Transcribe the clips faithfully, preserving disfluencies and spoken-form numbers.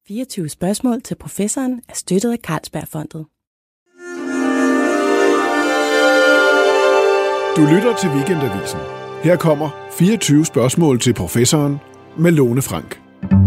fireogtyve spørgsmål til professoren er støttet af Carlsbergfondet. Du lytter til Weekendavisen. Her kommer fireogtyve spørgsmål til professoren med Lone Frank.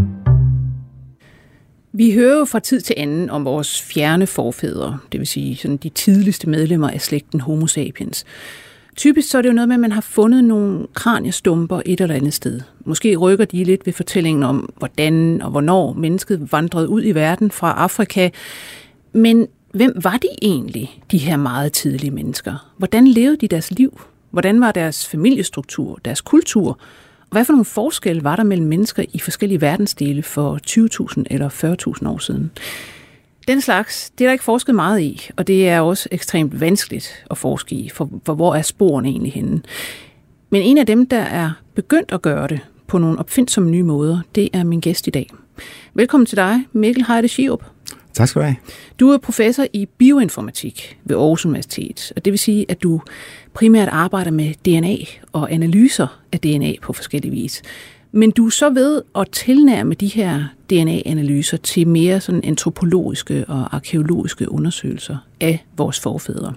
Vi hører jo fra tid til anden om vores fjerne forfædre, det vil sige sådan de tidligste medlemmer af slægten Homo sapiens. Typisk så er det jo noget med, at man har fundet nogle kraniestumper et eller andet sted. Måske rykker de lidt ved fortællingen om, hvordan og hvornår mennesket vandrede ud i verden fra Afrika. Men hvem var de egentlig, de her meget tidlige mennesker? Hvordan levede de deres liv? Hvordan var deres familiestruktur, deres kultur? Og hvad for nogle forskelle var der mellem mennesker i forskellige verdensdele for tyve tusind eller fyrre tusind år siden? Den slags, det er der ikke forsket meget i, og det er også ekstremt vanskeligt at forske i, for, for hvor er sporene egentlig henne. Men en af dem, der er begyndt at gøre det på nogle opfindsomme nye måder, det er min gæst i dag. Velkommen til dig, Mikkel Heide Schierup. Tak skal du have. Du er professor i bioinformatik ved Aarhus Universitet, og det vil sige, at du primært arbejder med D N A og analyser af D N A på forskellige vis. Men du er så ved at tilnærme de her D N A-analyser til mere sådan antropologiske og arkæologiske undersøgelser af vores forfædre.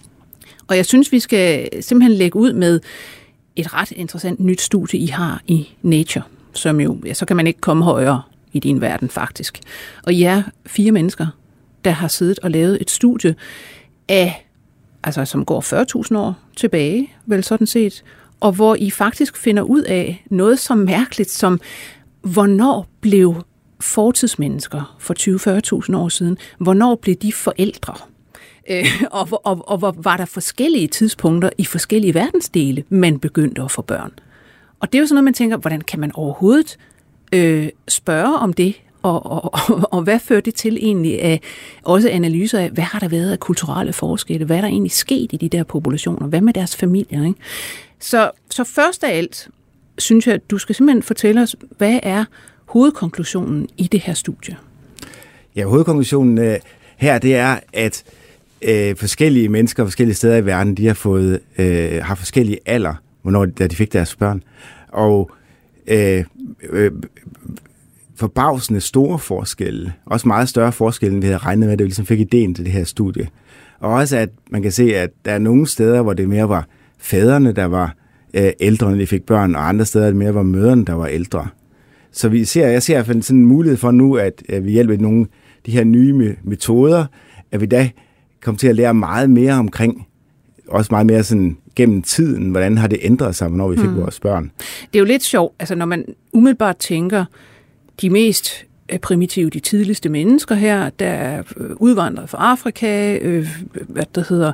Og jeg synes, vi skal simpelthen lægge ud med et ret interessant nyt studie, I har i Nature, som jo, ja, så kan man ikke komme højere i din verden faktisk. Og I er fire mennesker, der har siddet og lavet et studie af, altså som går fyrre tusind år tilbage, vel sådan set, og hvor I faktisk finder ud af noget så mærkeligt som, hvornår blev fortidsmennesker for tyve til fyrre tusind år siden, hvornår blev de forældre? Øh, og, og, og hvor var der forskellige tidspunkter i forskellige verdensdele, man begyndte at få børn? Og det er jo sådan noget, man tænker, hvordan kan man overhovedet øh, spørge om det? Og, og, og, og hvad fører det til egentlig af også analyser af, hvad har der været af kulturelle forskelle? Hvad er der egentlig sket i de der populationer? Hvad med deres familier, ikke? Så, så først af alt, synes jeg, at du skal simpelthen fortælle os, hvad er hovedkonklusionen i det her studie? Ja, hovedkonklusionen øh, her, det er, at øh, forskellige mennesker forskellige steder i verden, de har fået øh, har forskellige alder, hvornår da de fik deres børn. Og øh, øh, forbavsende store forskelle, også meget større forskelle, end vi havde regnet med, at det ligesom fik idéen til det her studie. Og også, at man kan se, at der er nogle steder, hvor det mere var fædrene, der var øh, ældre, når de fik børn, og andre steder, det mere var mødrene, der var ældre. Så vi ser, jeg ser i hvert fald sådan en mulighed for nu, at, at vi hjælper nogle af de her nye metoder, at vi da kommer til at lære meget mere omkring, også meget mere sådan gennem tiden, hvordan har det ændret sig, når vi fik hmm. vores børn. Det er jo lidt sjovt, altså når man umiddelbart tænker, de mest primitive, de tidligste mennesker her, der er udvandret fra Afrika, øh, hvad det hedder,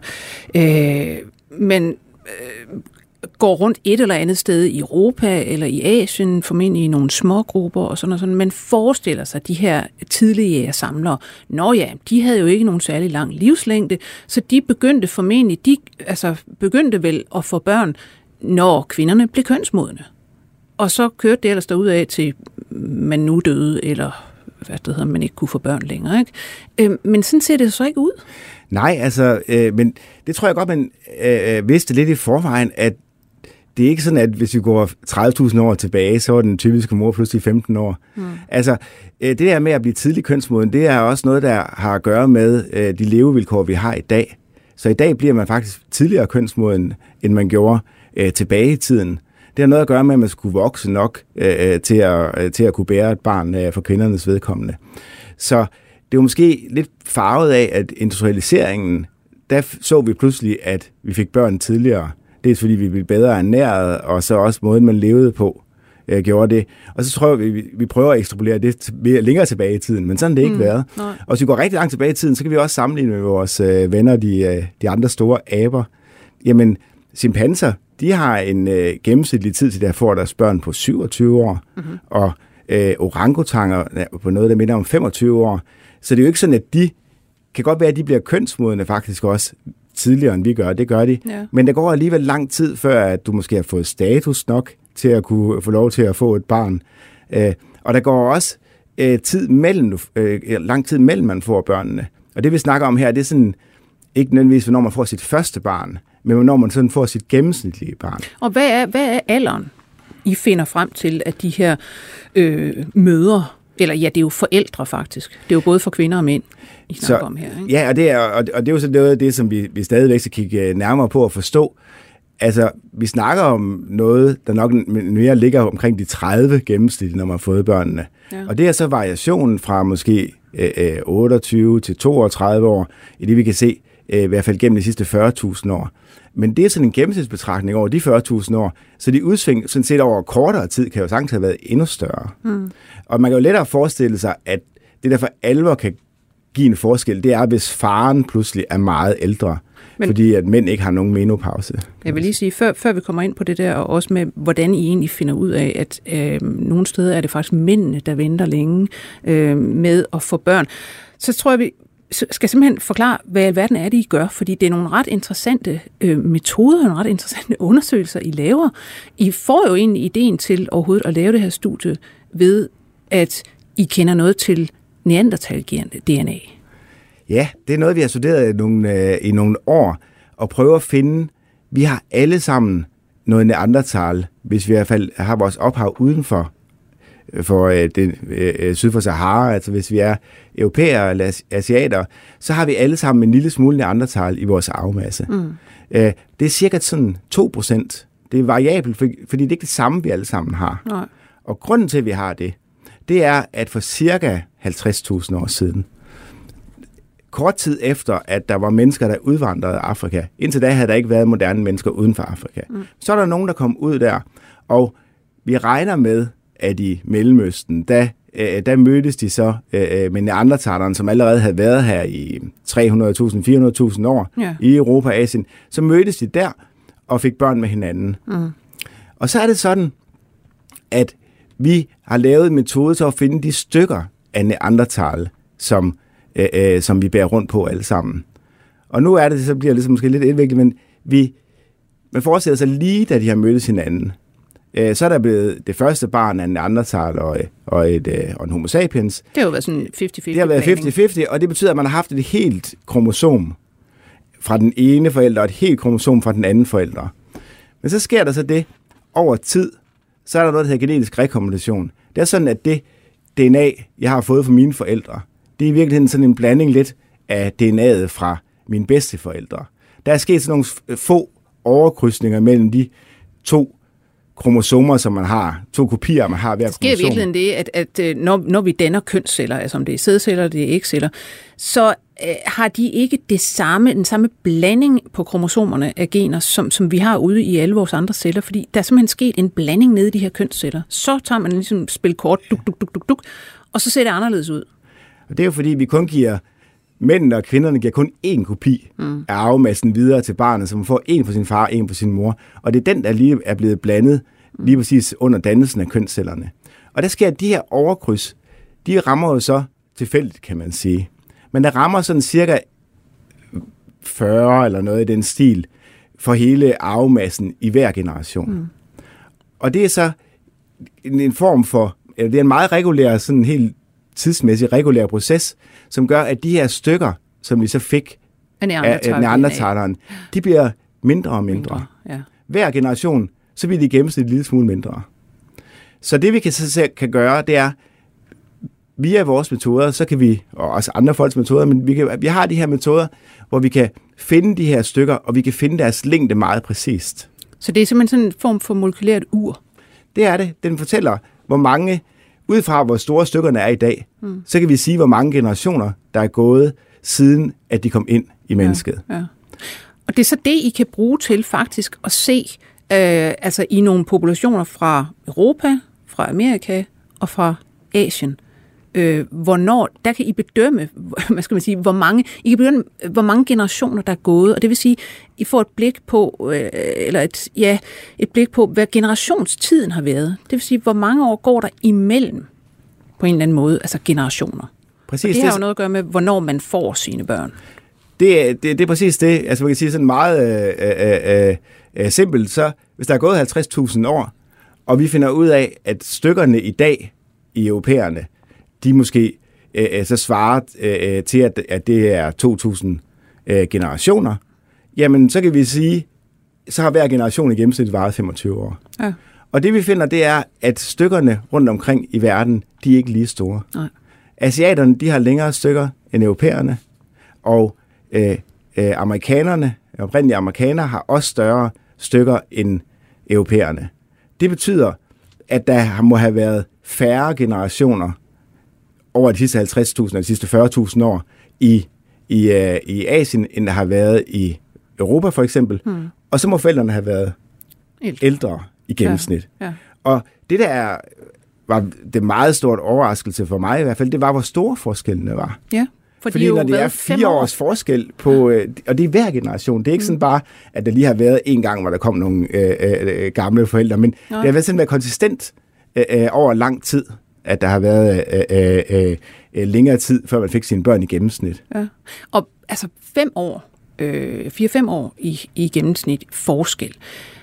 øh, men øh, går rundt et eller andet sted i Europa eller i Asien, formentlig i nogle små grupper og sådan og sådan. Man forestiller sig de her tidlige jægersamlere. Nå ja, de havde jo ikke nogen særlig lang livslængde, så de begyndte formentlig, de altså begyndte vel at få børn, når kvinderne blev kønsmodne. Og så kørte det ellers derudad til man nu døde, eller hvad det hedder, man ikke kunne få børn længere, ikke? Øh, men sådan ser det så ikke ud. Nej, altså, øh, men det tror jeg godt, man øh, vidste lidt i forvejen, at det er ikke sådan, at hvis vi går tredive tusind år tilbage, så er den typiske mor pludselig femten år. Mm. Altså, øh, det der med at blive tidlig kønsmoden, det er også noget, der har at gøre med øh, de levevilkår, vi har i dag. Så i dag bliver man faktisk tidligere kønsmoden, end man gjorde øh, tilbage i tiden. Det har noget at gøre med, at man skulle vokse nok øh, til, at, øh, til at kunne bære et barn øh, for kvindernes vedkommende. Så det var måske lidt farvet af, at industrialiseringen, der så vi pludselig, at vi fik børn tidligere. Det er fordi, vi blev bedre ernæret, og så også måden, man levede på, øh, gjorde det. Og så tror jeg, vi, vi prøver at ekstrapolere det længere tilbage i tiden, men sådan har det ikke mm, været. Nej. Og hvis vi går rigtig langt tilbage i tiden, så kan vi også sammenligne med vores øh, venner, de, øh, de andre store aber. Jamen, chimpanser, de har en øh, gennemsnitlig tid til, der får deres børn på syvogtyve år, mm-hmm. og øh, orangutanger på noget, der minder om femogtyve år. Så det er jo ikke sådan, at de kan godt være, at de bliver kønsmodne faktisk også tidligere, end vi gør. Det gør de. Ja. Men der går alligevel lang tid, før at du måske har fået status nok til at kunne få lov til at få et barn. Øh, og der går også øh, tid mellem, øh, lang tid mellem, man får børnene. Og det, vi snakker om her, det er sådan ikke nødvendigvis, hvornår man får sit første barn, men hvornår man sådan får sit gennemsnitlige barn. Og hvad er, hvad er alderen, I finder frem til, at de her øh, mødre Eller ja, det er jo forældre faktisk. Det er jo både for kvinder og mænd, I snakker om her. Ikke? Ja, og det er, og, og det er jo så noget af det, som vi, vi stadigvæk skal kigge nærmere på og forstå. Altså, vi snakker om noget, der nok mere ligger omkring de tredive gennemsnit, når man har fået børnene. Ja. Og det er så variationen fra måske øh, otteogtyve til toogtredive år, i det vi kan se, øh, i hvert fald gennem de sidste fyrre tusind år. Men det er sådan en gennemsnitsbetragtning over de fyrre tusind år, så de udsving sådan set over kortere tid kan jo sagtens have været endnu større. Mm. Og man kan jo lettere forestille sig, at det der for alvor kan give en forskel, det er, hvis faren pludselig er meget ældre, men, fordi at mænd ikke har nogen menopause. Jeg vil lige sige, før, før vi kommer ind på det der, og også med, hvordan I egentlig finder ud af, at øh, nogle steder er det faktisk mændene, der venter længe øh, med at få børn, så tror jeg, vi skal simpelthen forklare, hvad i alverden er det, I gør, fordi det er nogle ret interessante øh, metoder, nogle ret interessante undersøgelser, I laver. I får jo egentlig ideen til overhovedet at lave det her studie ved, at I kender noget til neandertal-D N A. Ja, det er noget, vi har studeret i nogle, øh, i nogle år, og prøver at finde, vi har alle sammen noget neandertal, hvis vi i hvert fald har vores ophav udenfor for øh, det, øh, syd for Sahara, altså hvis vi er europæere eller asiater, så har vi alle sammen en lille smule neandertal i vores arvemasse. Mm. Øh, det er cirka sådan to procent. Det er variabelt, fordi det er ikke det samme, vi alle sammen har. Nej. Og grunden til, at vi har det, det er, at for cirka halvtreds tusind år siden, kort tid efter, at der var mennesker, der udvandrede Afrika, indtil da havde der ikke været moderne mennesker uden for Afrika, mm. så er der nogen, der kom ud der, og vi regner med, at i Mellemøsten, der, øh, der mødtes de så øh, med neandertalerne, som allerede havde været her i tre hundrede tusind, fire hundrede tusind år ja. i Europa og Asien. Så mødtes de der og fik børn med hinanden. Mm. Og så er det sådan, at vi har lavet en metode til at finde de stykker af neandertal, som, øh, øh, som vi bærer rundt på alle sammen. Og nu er det, så bliver det så måske lidt indviklet, men vi, man forestiller sig lige, da de har mødtes hinanden, så er der blevet det første barn af en neandertal og, og, et, og en homo sapiens. Det har jo været sådan halvtreds halvtreds. Det har været halvtreds halvtreds, og det betyder, at man har haft et helt kromosom fra den ene forælder, og et helt kromosom fra den anden forælder. Men så sker der så det, over tid, så er der noget, der hedder genetisk rekombination. Det er sådan, at det D N A, jeg har fået fra mine forældre, det er i virkeligheden sådan en blanding lidt af D N A'et fra mine bedsteforældre. Der er sket sådan nogle få overkrydsninger mellem de to kromosomer, som man har, to kopier, man har hver kromosom. Det sker virkelig det, at, at når, når vi danner kønsceller, altså om det er sædceller, det er ægceller, så øh, har de ikke det samme, den samme blanding på kromosomerne af gener, som, som vi har ude i alle vores andre celler, fordi der er simpelthen sket en blanding nede i de her kønsceller. Så tager man ligesom spil kort, duk, duk, duk, duk, duk, og så ser det anderledes ud. Og det er jo fordi, vi kun giver mændene og kvinderne giver kun én kopi mm. af arvemassen videre til barnet, så man får en på sin far, en på sin mor. Og det er den, der lige er blevet blandet lige præcis under dannelsen af kønscellerne. Og der sker de her overkryds, de rammer jo så tilfældigt, kan man sige. Men der rammer sådan cirka fyrre eller noget i den stil for hele arvemassen i hver generation. Mm. Og det er så en, en form for, eller det er en meget regulær, sådan helt tidsmæssig regulær proces, som gør, at de her stykker, som vi så fik af neandertaleren, de bliver mindre og mindre. mindre ja. Hver generation, så bliver de gennemsnit en lille smule mindre. Så det vi kan, så kan gøre, det er, via vores metoder, så kan vi, og også andre folks metoder, men vi, kan, vi har de her metoder, hvor vi kan finde de her stykker, og vi kan finde deres længde meget præcist. Så det er simpelthen sådan en form for molekylært ur? Det er det. Den fortæller, hvor mange, ud fra hvor store stykkerne er i dag, mm. så kan vi sige, hvor mange generationer, der er gået, siden at de kom ind i mennesket. Ja, ja. Og det er så det, I kan bruge til faktisk at se, øh, altså i nogle populationer fra Europa, fra Amerika og fra Asien. Øh, hvornår, der kan I bedømme, hvad skal man sige, hvor mange, I kan bedømme, hvor mange generationer, der er gået, og det vil sige, I får et blik på, øh, eller et, ja, et blik på, hvad generationstiden har været. Det vil sige, hvor mange år går der imellem, på en eller anden måde, altså generationer. Præcis. Og det har jo noget at gøre med, hvornår man får sine børn. Det er, det, det er præcis det. Altså man kan sige sådan meget øh, øh, øh, simpelt, så hvis der er gået halvtreds tusind år, og vi finder ud af, at stykkerne i dag i europæerne, de måske øh, så svarer øh, til, at, at det er to tusind øh, generationer, jamen så kan vi sige, så har hver generation i gennemsnit varet femogtyve år. Ja. Og det vi finder, det er, at stykkerne rundt omkring i verden, de er ikke lige store. Nej. Asiaterne, de har længere stykker end europæerne, og øh, øh, amerikanerne, oprindelige amerikanere, har også større stykker end europæerne. Det betyder, at der må have været færre generationer over de sidste halvtreds tusind, de sidste fyrre tusind år i, i, øh, i Asien, end der har været i Europa for eksempel. Hmm. Og så må forældrene have været ældre, ældre i gennemsnit. Ja. Ja. Og det der er, var det meget stort overraskelse for mig i hvert fald, det var, hvor store forskellene var. Ja. Fordi, Fordi når det er fire år. års forskel på, øh, og det er hver generation, det er ikke mm. sådan bare, at der lige har været en gang, hvor der kom nogle øh, øh, gamle forældre, men ja. det har været sådan været konsistent øh, øh, over lang tid, at der har været øh, øh, øh, længere tid, før man fik sine børn i gennemsnit. Ja. Og altså fem år, øh, fire-fem år i, i gennemsnit forskel.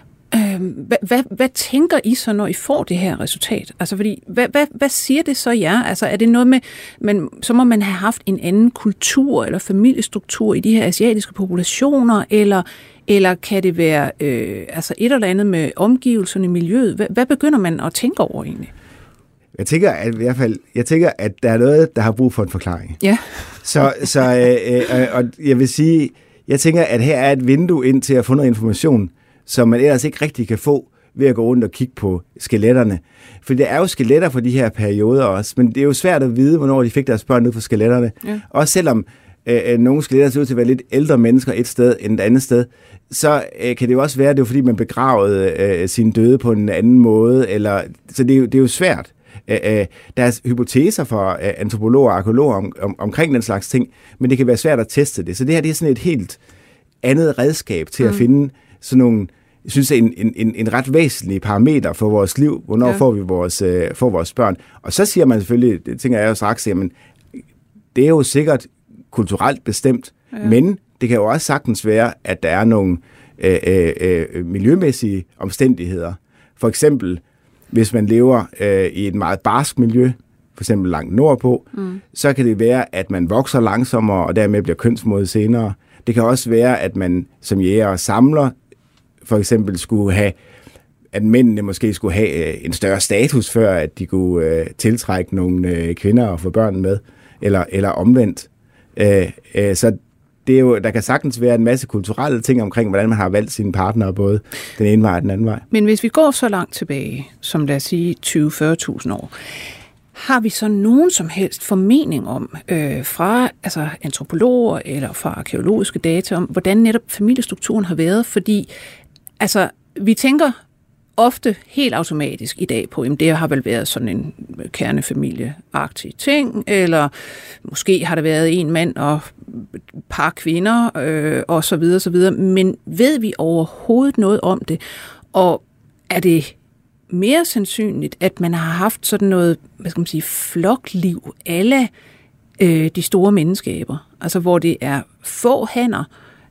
Hvad, hvad, hvad tænker I så, når I får det her resultat? Altså, fordi, hvad, hvad, hvad siger det så jer? Altså, er det noget med, men så må man have haft en anden kultur eller familiestruktur i de her asiatiske populationer, eller, eller kan det være øh, altså et eller andet med omgivelserne i miljøet? Hvad, hvad begynder man at tænke over egentlig? Jeg tænker, at, i hvert fald, jeg tænker, at der er noget, der har brug for en forklaring. Ja. så, så øh, øh, og jeg vil sige, jeg tænker, at her er et vindue ind til at få noget information, som man ellers ikke rigtig kan få ved at gå rundt og kigge på skeletterne. For der er jo skeletter for de her perioder også, men det er jo svært at vide, hvornår de fik deres børn ned fra skeletterne. Ja. Også selvom øh, nogle skeletter ser ud til at være lidt ældre mennesker et sted end et andet sted, så øh, kan det jo også være, at det er fordi, man begravede øh, sine døde på en anden måde. Eller, så det er, jo, det er jo svært. Øh, øh, der er hypoteser for øh, antropologer og arkæologer om, om, omkring den slags ting, men det kan være svært at teste det. Så det her det er sådan et helt andet redskab til mm. at finde sådan nogle, jeg synes, en, en, en ret væsentlig parameter for vores liv, hvornår ja. får vi vores, øh, får vores børn. Og så siger man selvfølgelig, det tænker jeg jo straks, jamen, det er jo sikkert kulturelt bestemt, ja. men det kan jo også sagtens være, at der er nogle øh, øh, miljømæssige omstændigheder. For eksempel, hvis man lever øh, i et meget barsk miljø, for eksempel langt nordpå, mm. så kan det være, at man vokser langsommere, og dermed bliver kønsmoden senere. Det kan også være, at man som jæger og samler, for eksempel skulle have, at mændene måske skulle have en større status, før at de kunne øh, tiltrække nogle øh, kvinder og få børn med, eller, eller omvendt. Øh, øh, så det er jo, der kan sagtens være en masse kulturelle ting omkring, hvordan man har valgt sine partnere, både den ene vej og den anden vej. Men hvis vi går så langt tilbage, som lad os sige tyve til fyrre tusind år, har vi så nogen som helst formening om, øh, fra altså antropologer eller fra arkæologiske data, om hvordan netop familiestrukturen har været? Fordi altså, vi tænker ofte helt automatisk i dag på, at det har vel været sådan en kernefamilieagtig ting, eller måske har der været en mand og et par kvinder, øh, og så videre, så videre. Men ved vi overhovedet noget om det? Og er det mere sandsynligt, at man har haft sådan noget, hvad skal man sige, flokliv alle øh, de store menneskeaber, altså hvor det er få hanner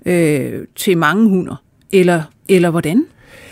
øh, til mange hunder, eller, eller hvordan?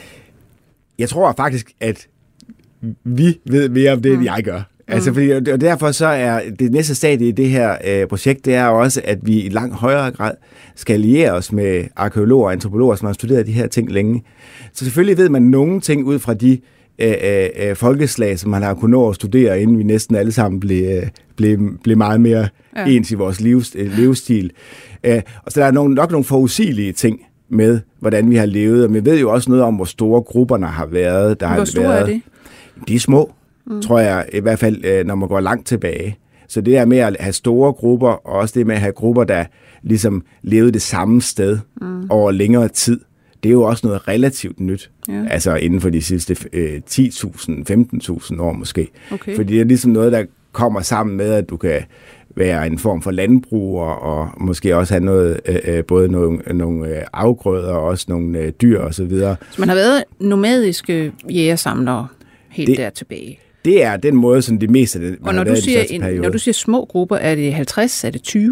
Jeg tror faktisk, at vi ved mere om det, mm. end jeg gør. Altså, fordi, og derfor så er det næste stadie i det her øh, projekt, det er også, at vi i langt højere grad skal alliere os med arkeologer og antropologer, som har studeret de her ting længe. Så selvfølgelig ved man nogle ting ud fra de øh, øh, folkeslag, som man har kunnet nå at studere, inden vi næsten alle sammen blev, blev, blev meget mere ja. ens i vores livs, øh, livsstil. Øh, og så der er nogle, nok nogle forudsigelige ting med, hvordan vi har levet, og vi ved jo også noget om, hvor store grupperne har været. Der hvor har store været, er det? De er små, mm. tror jeg, i hvert fald, når man går langt tilbage. Så det der med at have store grupper, og også det med at have grupper, der ligesom levede det samme sted mm. over længere tid, det er jo også noget relativt nyt. Ja. Altså inden for de sidste øh, ti tusind, femten tusind år måske. Okay. Fordi det er ligesom noget, der kommer sammen med, at du kan være en form for landbrug, og, og måske også have noget, øh, både nogle, nogle afgrøder, og også nogle øh, dyr og så videre. Så man har været nomadiske jægersamlere helt det, der tilbage? Det er den måde, som det meste af det, og når du, siger, en, når du siger små grupper, er det halvtreds, er det tyve?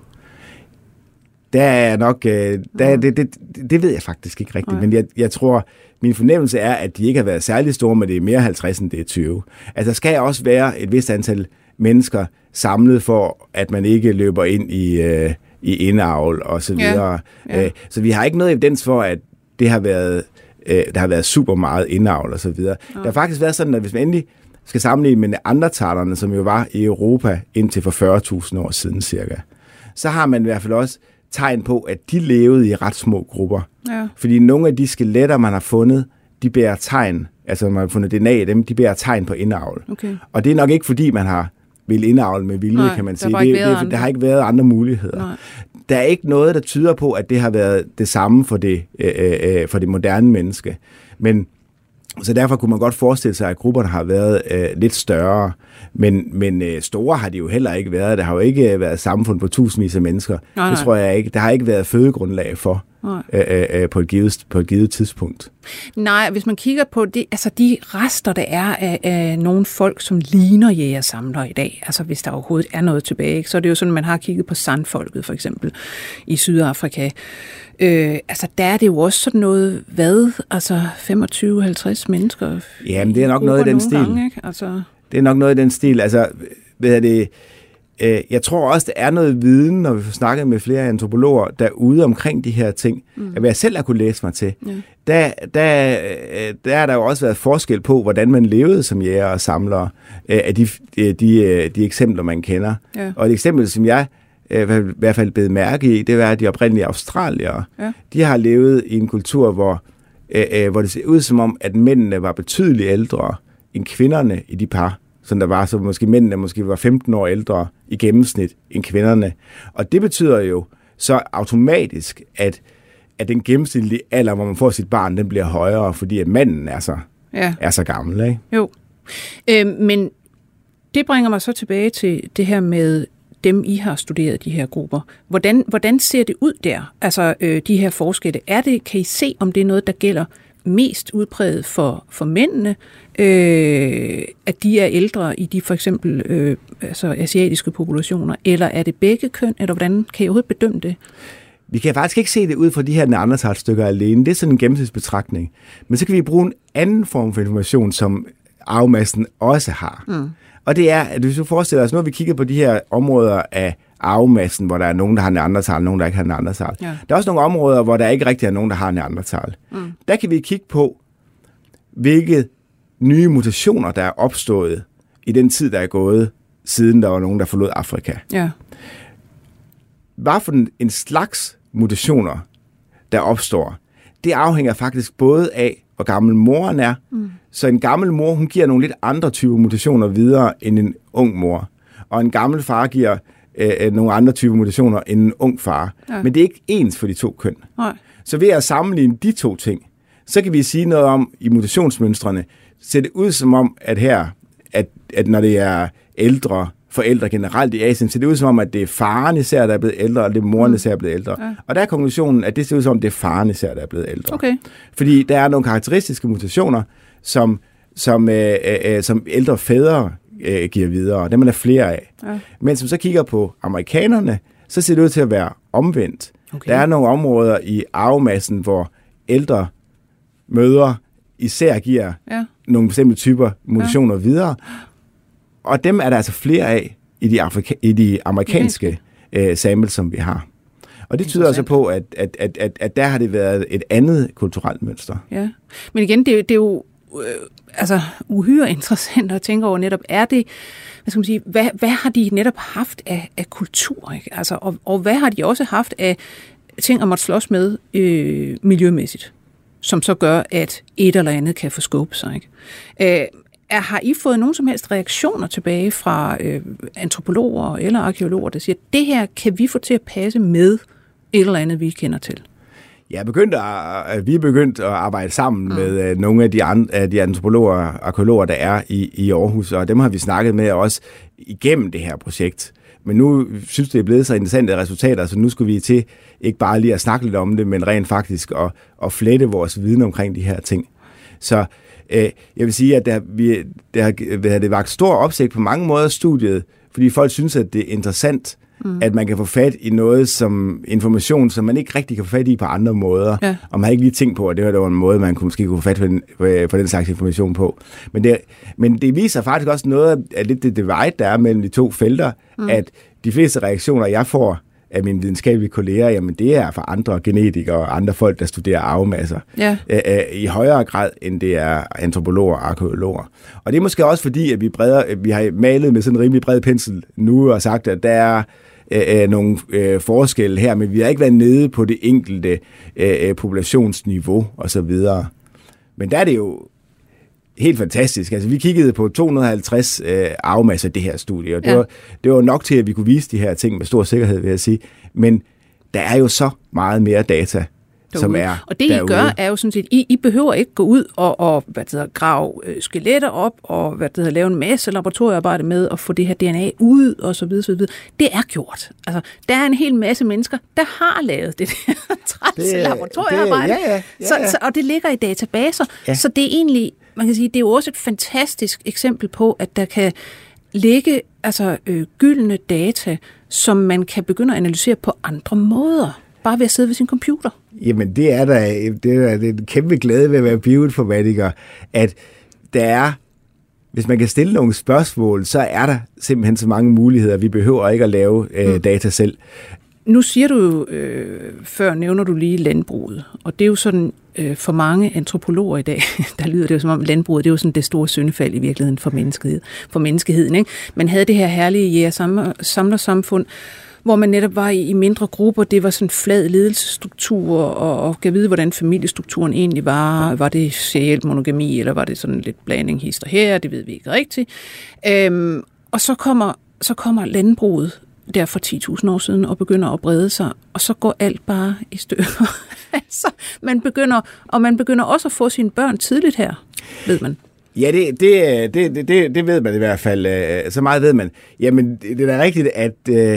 Der er nok, øh, der, mm. det, det, det ved jeg faktisk ikke rigtigt, okay. men jeg, jeg tror, min fornemmelse er, at de ikke har været særlig store, men det er mere halvtreds, end det er tyve. Altså, der skal også være et vist antal mennesker samlet for, at man ikke løber ind i, øh, i indavl og så videre. Ja. Ja. Øh, så vi har ikke noget evidens for, at det har været øh, der har været super meget indavl og så videre. Ja. Der har faktisk været sådan, at hvis man endelig skal sammenligne med neandertalerne, som jo var i Europa indtil for fyrre tusind år siden cirka, så har man i hvert fald også tegn på, at de levede i ret små grupper. Ja. Fordi nogle af de skeletter, man har fundet, de bærer tegn, altså man har fundet D N A i dem, de bærer tegn på indavl. Okay. Og det er nok ikke, fordi man har vil indavle med vilje, Nej, kan man sige. Der, det, det, der har ikke været andre muligheder. Nej. Der er ikke noget, der tyder på, at det har været det samme for det, øh, øh, for det moderne menneske. Men så derfor kunne man godt forestille sig, at grupperne har været øh, lidt større, men, men øh, store har de jo heller ikke været. Der har jo ikke været samfund på tusindvis af mennesker. Nej, det tror jeg ikke. Der har ikke været fødegrundlag for øh, øh, på, et givet, på et givet tidspunkt. Nej, hvis man kigger på det, altså de rester, der er af, af nogle folk, som ligner jægersamlere i dag, altså hvis der overhovedet er noget tilbage, ikke? Så er det jo sådan, man har kigget på sandfolket for eksempel i Sydafrika. Øh, altså der er det jo også sådan noget, hvad, altså femogtyve til halvtreds mennesker. Jamen det er nok noget i den stil. Gange, ikke? Altså... Det er nok noget i den stil. Altså, hvad er det... Jeg tror også, der er noget viden, når vi får snakket med flere antropologer derude omkring de her ting, mm. at jeg selv har kunne læse mig til. Ja. Der, der, der har der jo også været forskel på, hvordan man levede som jæger og samlere af de, de, de, de eksempler, man kender. Ja. Og et eksempel, som jeg i hvert fald blev mærke i, det var, at de oprindelige australiere, ja. de har levet i en kultur, hvor, øh, hvor det ser ud som om, at mændene var betydeligt ældre end kvinderne i de par, som der var, så måske mændene måske var femten år ældre i gennemsnit end kvinderne. Og det betyder jo så automatisk, at, at den gennemsnitlige alder, hvor man får sit barn, den bliver højere, fordi at manden er så, ja. er så gammel, ikke? Jo. Øh, men det bringer mig så tilbage til det her med dem, I har studeret, de her grupper. Hvordan, hvordan ser det ud der? Altså øh, de her forskelle. Er det, kan I se, om det er noget, der gælder mest udpræget for, for mændene, øh, at de er ældre i de for eksempel øh, altså asiatiske populationer, eller er det begge køn, eller hvordan kan I overhovedet bedømme det? Vi kan faktisk ikke se det ud fra de her neandertalstykker alene. Det er sådan en gennemsnitsbetragtning. Men så kan vi bruge en anden form for information, som arvemassen også har. Mm. Og det er, at hvis du forestiller os, nu har vi kigget på de her områder af arvemassen, hvor der er nogen, der har neandertal, nogen, der ikke har neandertal. Ja. Der er også nogle områder, hvor der ikke rigtig er nogen, der har neandertal. Mm. Der kan vi kigge på, hvilke nye mutationer, der er opstået i den tid, der er gået, siden der var nogen, der forlod Afrika. Ja. Hvad for en slags mutationer, der opstår, det afhænger faktisk både af, hvor gammel moren er. Mm. Så en gammel mor, hun giver nogle lidt andre typer mutationer videre end en ung mor. Og en gammel far giver øh, nogle andre typer mutationer end en ung far. Ja. Men det er ikke ens for de to køn. Nej. Så ved at sammenligne de to ting, så kan vi sige noget om i mutationsmønstrene. Ser det ud som om, at her, at, at når det er ældre forældre generelt i Asien, ser det ud som om, at det er faren især, der er blevet ældre, og det er moren især, der er blevet ældre. Ja. Og der er konklusionen, at det ser ud som om, det er faren især, der er blevet ældre. Okay. Fordi der er nogle karakteristiske mutationer, som, som, øh, øh, som ældre fædre øh, giver videre, og dem er der flere af. Ja. Men som så kigger på amerikanerne, så ser det ud til at være omvendt. Okay. Der er nogle områder i arvemassen, hvor ældre mødre især giver ja. nogle bestemte typer mutationer ja. videre, og dem er der altså flere af i de, afrika- i de amerikanske øh, samples, som vi har. Og det tyder altså på, at, at, at, at, at der har det været et andet kulturelt mønster. Ja, men igen, det, det er jo øh, altså, uhyre interessant at tænke over netop, er det, hvad skal man sige, hvad, hvad har de netop haft af, af kultur, ikke? Altså, og, og hvad har de også haft af ting at måtte slås med øh, miljømæssigt, som så gør, at et eller andet kan forskubbe sig, ikke? Øh, Er, har I fået nogen som helst reaktioner tilbage fra øh, antropologer eller arkæologer, der siger, at det her kan vi få til at passe med et eller andet, vi kender til? Ja, begyndt at, vi er begyndt at arbejde sammen mm. med uh, nogle af de, andre, af de antropologer og arkæologer, der er i, i Aarhus, og dem har vi snakket med også igennem det her projekt. Men nu synes det er blevet så interessante resultater, så nu skulle vi til ikke bare lige at snakke lidt om det, men rent faktisk at, at flette vores viden omkring de her ting. Så jeg vil sige, at der, vi, der har det vakt stor opsigt på mange måder studiet, fordi folk synes, at det er interessant, mm. at man kan få fat i noget som information, som man ikke rigtig kan få fat i på andre måder. Ja. Og man har ikke lige tænkt på, at det var, det var en måde, man kunne måske kunne få fat på den, på den slags information på. Men det, men det viser faktisk også noget af lidt det divide, der er mellem de to felter, mm. at de fleste reaktioner, jeg får af mine videnskabelige kolleger, jamen det er fra andre genetikere og andre folk, der studerer arvemasser. Ja. Øh, øh, I højere grad, end det er antropologer og arkæologer. Og det er måske også fordi, at vi, breder, vi har malet med sådan en rimelig bred pensel nu og sagt, at der er øh, nogle øh, forskelle her, men vi har ikke været nede på det enkelte øh, populationsniveau osv. Men der er det jo helt fantastisk. Altså, vi kiggede på to hundrede og halvtreds øh, arvemasser i det her studie, og det, ja. var, det var nok til, at vi kunne vise de her ting med stor sikkerhed, vil jeg sige. Men der er jo så meget mere data, derude. Som er Og det, I derude. gør, er jo sådan set, I, I behøver ikke gå ud og, og hvad det hedder, grave øh, skeletter op, og hvad det hedder, lave en masse laboratoriearbejde med, og få det her D N A ud, og så videre, så videre. Det er gjort. Altså, der er en hel masse mennesker, der har lavet det der trælse laboratoriearbejde. Det, ja, ja, ja, så, så, og det ligger i databaser. Ja. Så det er egentlig, man kan sige, det er jo også et fantastisk eksempel på, at der kan ligge altså, øh, gyldne data, som man kan begynde at analysere på andre måder. Bare ved at sidde ved sin computer. Jamen, det er da det er, det er en kæmpe glæde ved at være bioinformatiker, at der er, hvis man kan stille nogle spørgsmål, så er der simpelthen så mange muligheder. Vi behøver ikke at lave øh, mm. data selv. Nu siger du jo, øh, før nævner du lige landbruget, og det er jo sådan, øh, for mange antropologer i dag, der lyder det jo som om landbruget, det er jo sådan det store syndefald i virkeligheden for menneskeheden. For menneskeheden, ikke? Man havde det her herlige jæger-samlersamfund, hvor man netop var i, i mindre grupper. Det var sådan flad ledelsesstruktur, og, og kan vide, hvordan familiestrukturen egentlig var. Var det seriel monogami, eller var det sådan lidt blanding hister her? Det ved vi ikke rigtigt. Øhm, og så kommer, så kommer landbruget der for ti tusind år siden og begynder at brede sig, og så går alt bare i stykker. altså, man begynder, og man begynder også at få sine børn tidligt her, ved man. Ja, det, det, det, det, det ved man i hvert fald. Så meget ved man. Jamen, det er da rigtigt, at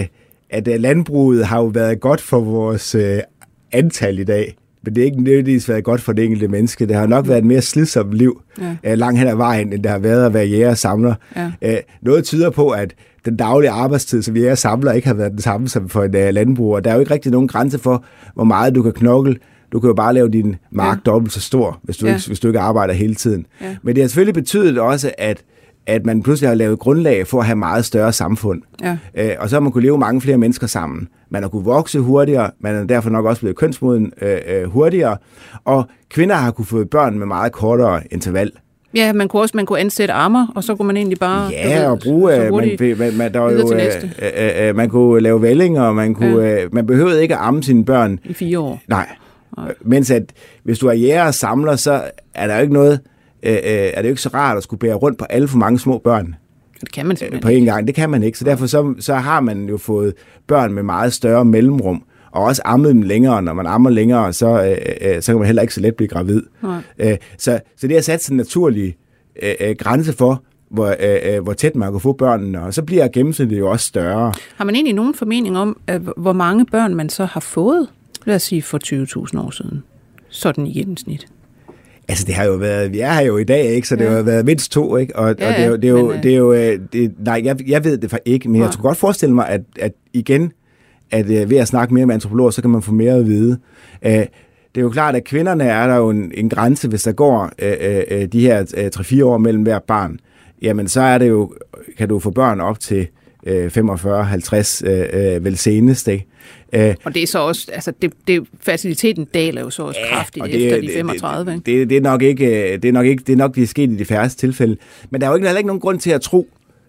at landbruget har jo været godt for vores øh, antal i dag, men det er ikke nødvendigvis været godt for det enkelte menneske. Det har nok været et mere slidsomt liv ja. øh, langt hen ad vejen, end det har været at være jæger og samler. Ja. Øh, noget tyder på, at den daglige arbejdstid som jæger og samler ikke har været den samme som for en øh, landbruger. Der er jo ikke rigtig nogen grænse for, hvor meget du kan knokle. Du kan jo bare lave din mark ja. dobbelt så stor, hvis du, ja. ikke, hvis du ikke arbejder hele tiden. Ja. Men det har selvfølgelig betydet også, at at man pludselig har lavet grundlag for at have meget større samfund. Ja. Øh, og så har man kunne leve mange flere mennesker sammen. Man har kunne vokse hurtigere, man er derfor nok også blevet kønsmoden øh, øh, hurtigere, og kvinder har kunne få børn med meget kortere interval. Ja, man kunne også man kunne ansætte armer, og så kunne man egentlig bare... Ja, og bruge... Øh, man, man, man, der var jo, øh, øh, man kunne lave vællinger, og man, kunne, ja. øh, man behøvede ikke at amme sine børn. I fire år. Nej. Nej. Mens at, hvis du er jæger og samler, så er der jo ikke noget... Øh, er det jo ikke så rart at skulle bære rundt på alle for mange små børn. Det kan man simpelthen på en gang. Det kan man ikke. Så derfor så, så har man jo fået børn med meget større mellemrum, og også ammet dem længere. Når man ammer længere, så, øh, så kan man heller ikke så let blive gravid. Øh, så, så det har sat sådan en naturlig øh, grænse for, hvor, øh, hvor tæt man kan få børnene, og så bliver gennemsnittet jo også større. Har man egentlig nogen formening om, hvor mange børn man så har fået, lad os sige for tyve tusind år siden? Sådan i gennemsnit. Altså, det har jo været, vi er her jo i dag, ikke? Så det ja. har jo været mindst to, ikke? Og, ja, og det er jo, det er jo, men, det er jo det, nej, jeg, jeg ved det for ikke, men ja. jeg tror godt forestille mig, at, at igen, at ved at snakke mere med antropologer, så kan man få mere at vide. Uh, det er jo klart, at kvinderne er der jo en, en grænse, hvis der går uh, uh, de her tre fire år mellem hver barn. Jamen, så er det jo, kan du få børn op til uh, femogfyrre halvtreds uh, uh, vel senest, ikke? Uh, og det er så også, altså det, det, faciliteten daler jo så også ja, kraftigt det, efter de femogtredive. Det, det, det, er nok ikke, det er nok ikke, det er nok det er sket i de færreste tilfælde. Men der er jo ikke, heller ikke nogen grund til at tro,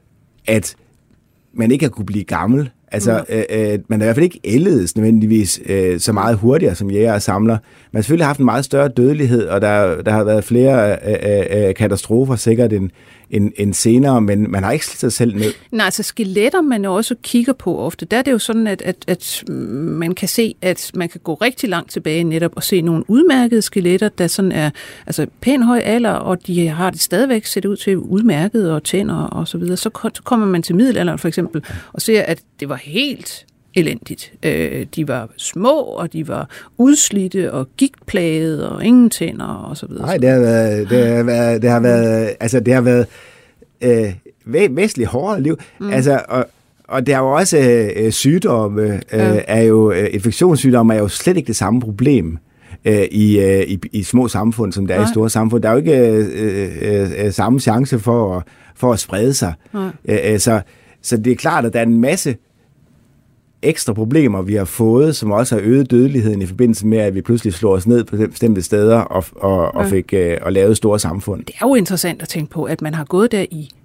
at man ikke har kunne blive gammel. Altså, mm. øh, øh, man har i hvert fald ikke ældedes nødvendigvis øh, så meget hurtigere som jæger og samler. Man har selvfølgelig haft en meget større dødelighed, og der, der har været flere øh, øh, katastrofer sikkert end, end, end senere, men man har ikke slidt sig selv ned. Nej, altså skeletter, man også kigger på ofte, der er det jo sådan, at, at, at man kan se, at man kan gå rigtig langt tilbage netop og se nogle udmærkede skeletter, der sådan er altså pæn høj alder, og de har det stadigvæk set ud til udmærkede og tænder og så videre. Så kommer man til middelalderen for eksempel og ser, at det var helt elendigt. Øh, de var små, og de var udslidte og gigtplagede og ingen tænder og så videre. Nej, det har været, det har været, det har været, altså det har været øh, væsentligt hårdere liv. Mm. Altså, og, og der er jo også øh, sygdomme, øh, ja. er jo, øh, infektionssygdomme er jo slet ikke det samme problem øh, i, øh, i, i små samfund, som der er Nej. i store samfund. Der er jo ikke øh, øh, øh, samme chance for at, for at sprede sig. Øh, så, så det er klart, at der er en masse ekstra problemer, vi har fået, som også har øget dødeligheden i forbindelse med, at vi pludselig slår os ned på bestemte steder og, og, og fik øh, og lavet store samfund. Det er jo interessant at tænke på, at man har gået der i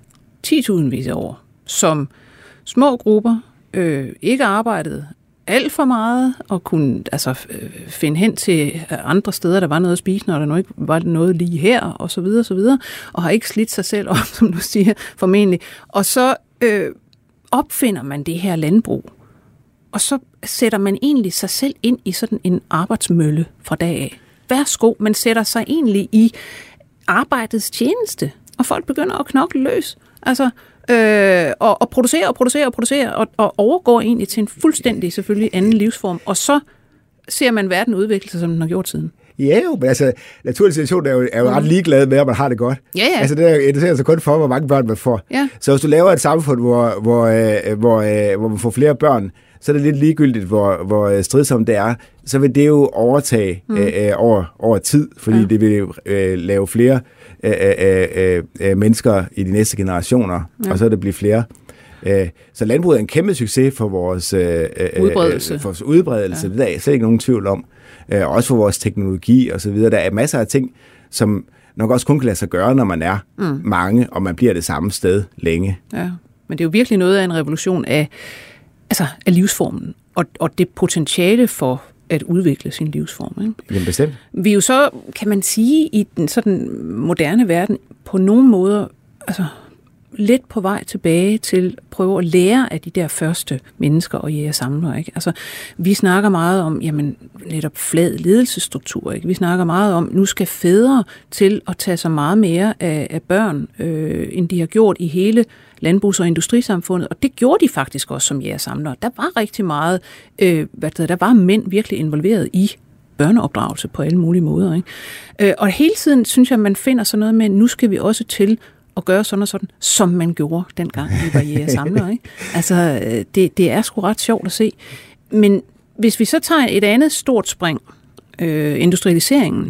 ti tusind vis af år, som små grupper, øh, ikke arbejdet alt for meget, og kunne altså, øh, finde hen til andre steder, der var noget at spise, når der nu ikke var noget lige her, og så videre, og så videre, og har ikke slidt sig selv op, som du siger, formentlig. Og så øh, opfinder man det her landbrug, og så sætter man egentlig sig selv ind i sådan en arbejdsmølle fra dag af. Værsgo, man sætter sig egentlig i arbejdets tjeneste, og folk begynder at knokle løs. Altså, øh, og, og producere og producere og producere, og, og overgår egentlig til en fuldstændig selvfølgelig anden livsform, og så ser man verden udvikle sig, som den har gjort siden. Ja jo, men altså, naturlig situation er jo, er jo ret ligeglad med, at man har det godt. Ja, ja. Altså, det er interesserer sig kun for, hvor mange børn man får. Ja. Så hvis du laver et samfund, hvor, hvor, øh, hvor, øh, hvor man får flere børn, så er det lidt ligegyldigt, hvor, hvor stridsomt det er, så vil det jo overtage mm. øh, over, over tid, fordi ja. det vil øh, lave flere øh, øh, øh, mennesker i de næste generationer, ja. og så vil det blive flere. Øh, så landbruget er en kæmpe succes for vores øh, udbredelse. Øh, for vores udbredelse. Ja. Det er der slet ikke nogen tvivl om. Øh, også for vores teknologi og så videre. Der er masser af ting, som nok også kun kan lade sig gøre, når man er mm. mange, og man bliver det samme sted længe. Ja, men det er jo virkelig noget af en revolution af altså af livsformen, og, og det potentiale for at udvikle sin livsform. Ikke? Jamen bestemt. Vi er jo så, kan man sige, i den sådan moderne verden, på nogle måder, altså lidt på vej tilbage til at prøve at lære af de der første mennesker og jægersamlere. Ikke? Altså, vi snakker meget om, jamen, netop flad ledelsesstruktur. Ikke? Vi snakker meget om, nu skal fædre til at tage sig meget mere af, af børn, øh, end de har gjort i hele landbrugs- og industrisamfundet, og det gjorde de faktisk også som jægersamlere. Der var rigtig meget, øh, hvad der, der var mænd virkelig involveret i børneopdragelse på alle mulige måder. Ikke? Øh, og hele tiden synes jeg, man finder sådan noget med, nu skal vi også til at gøre sådan og sådan, som man gjorde dengang vi var jægersamlere. Ikke? Altså, det, det er sgu ret sjovt at se. Men hvis vi så tager et andet stort spring, øh, industrialiseringen,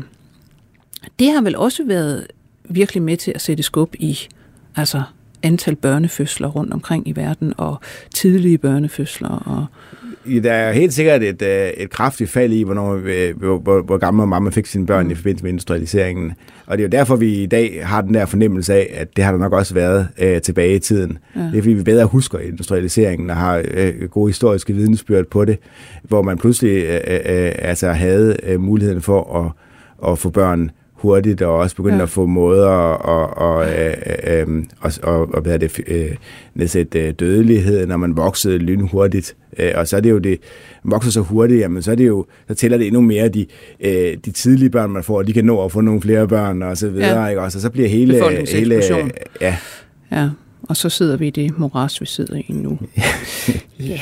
det har vel også været virkelig med til at sætte skub i altså antal børnefødsler rundt omkring i verden, og tidlige børnefødsler. Og ja, der er helt sikkert et, et kraftigt fald i, hvornår, hvor, hvor, hvor gammel mamma fik sine børn mm. i forbindelse med industrialiseringen. Og det er jo derfor, vi i dag har den der fornemmelse af, at det har der nok også været øh, tilbage i tiden. Ja. Det er fordi, vi bedre husker industrialiseringen og har øh, gode historiske vidnesbyrd på det, hvor man pludselig øh, øh, altså havde øh, muligheden for at, at få børn hurtigt, og også begynde ja. at få måder og, og, øh, øh, og, og, og hvad er det, øh, nedsætte dødelighed, når man voksede lynhurtigt. Øh, og så er det jo det, man vokser så hurtigt, jamen så er det jo, så tæller det endnu mere de, øh, de tidlige børn, man får, og de kan nå at få nogle flere børn, og så videre, ja. ikke? Og så, så bliver hele... hele ja. ja, og så sidder vi i det moras, vi sidder i nu. Ja.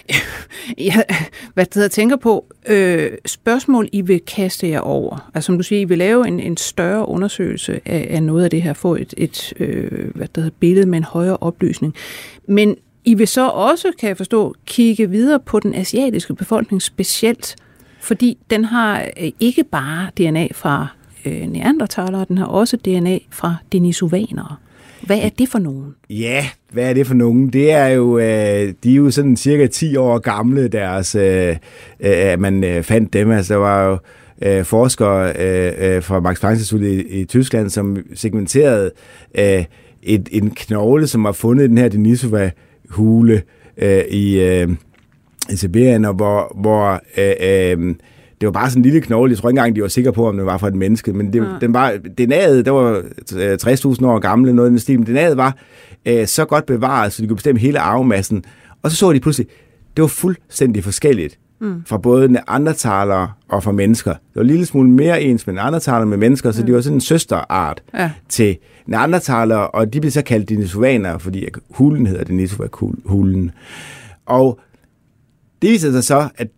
Ja, hvad det jeg tænker på, øh, spørgsmål, I vil kaste jer over. Altså som du siger, I vil lave en, en større undersøgelse af, af noget af det her, få et, et øh, hvad det hedder, billede med en højere oplysning. Men I vil så også, kan jeg forstå, kigge videre på den asiatiske befolkning specielt, fordi den har ikke bare D N A fra øh, neandertalere, den har også D N A fra denisovanere. Hvad er det for nogen? Ja, hvad er det for nogen? Det er jo, øh, de er jo sådan cirka ti år gamle, deres, øh, øh, man øh, fandt dem. Altså, der var jo øh, forskere øh, fra Max Planck Institut i, i Tyskland, som segmenterede øh, et, en knogle, som var fundet i den her Denisova-hule øh, i, øh, i Sibirien, og hvor, hvor øh, øh, det var bare sådan en lille knogle. Jeg tror ikke engang, de var sikre på, om det var fra et menneske. Men det, ja. den var, D N A'et, der var tres tusind år gammel, noget i den stil. Men D N A'et var øh, så godt bevaret, så de kunne bestemme hele arvemassen. Og så så de pludselig, det var fuldstændig forskelligt. Mm. Fra både neandertalere og fra mennesker. Det var en lille smule mere ens med neandertalere med mennesker, så mm. de var sådan en søsterart ja. til neandertalere, og de blev så kaldt denisovanere, fordi hulen hedder Denisova-hulen. Og det viser sig så, at